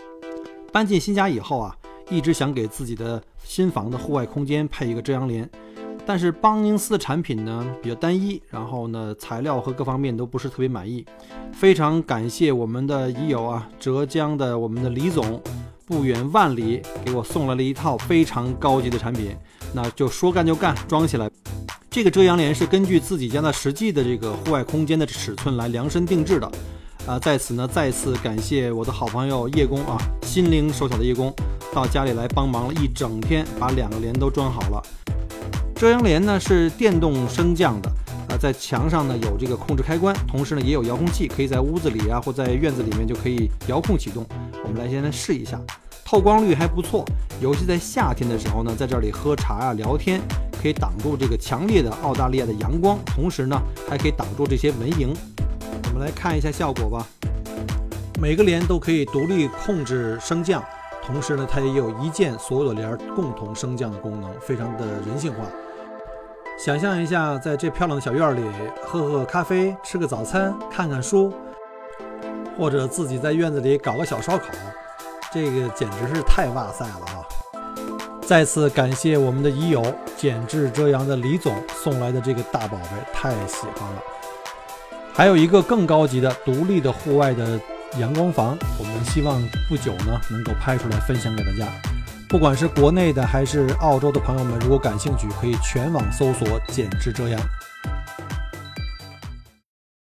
搬进新家以后啊，一直想给自己的新房的户外空间配一个遮阳帘，但是邦宁斯的产品呢比较单一，然后呢材料和各方面都不是特别满意。非常感谢我们的益友啊，浙江的我们的李总，不远万里给我送来了一套非常高级的产品，那就说干就干，装起来。这个遮阳帘是根据自己家的实际的这个户外空间的尺寸来量身定制的。在此呢，再次感谢我的好朋友叶工啊，心灵手巧的叶工，到家里来帮忙了一整天，把2个帘都装好了。遮阳帘呢是电动升降的，在墙上呢有这个控制开关，同时呢也有遥控器，可以在屋子里啊或在院子里面就可以遥控启动。我们来先来试一下，透光率还不错，尤其在夏天的时候呢，在这里喝茶啊聊天，可以挡住这个强烈的澳大利亚的阳光，同时呢还可以挡住这些蚊蝇。我们来看一下效果吧。每个帘都可以独立控制升降，同时呢它也有一键所有的帘共同升降的功能，非常的人性化。想象一下，在这漂亮的小院里喝喝咖啡，吃个早餐，看看书，或者自己在院子里搞个小烧烤，这个简直是太哇塞了啊！再次感谢我们的益友简制遮阳的李总送来的这个大宝贝，太喜欢了。还有一个更高级的独立的户外的阳光房，我们希望不久呢能够拍出来分享给大家。不管是国内的还是澳洲的朋友们，如果感兴趣，可以全网搜索简制遮阳。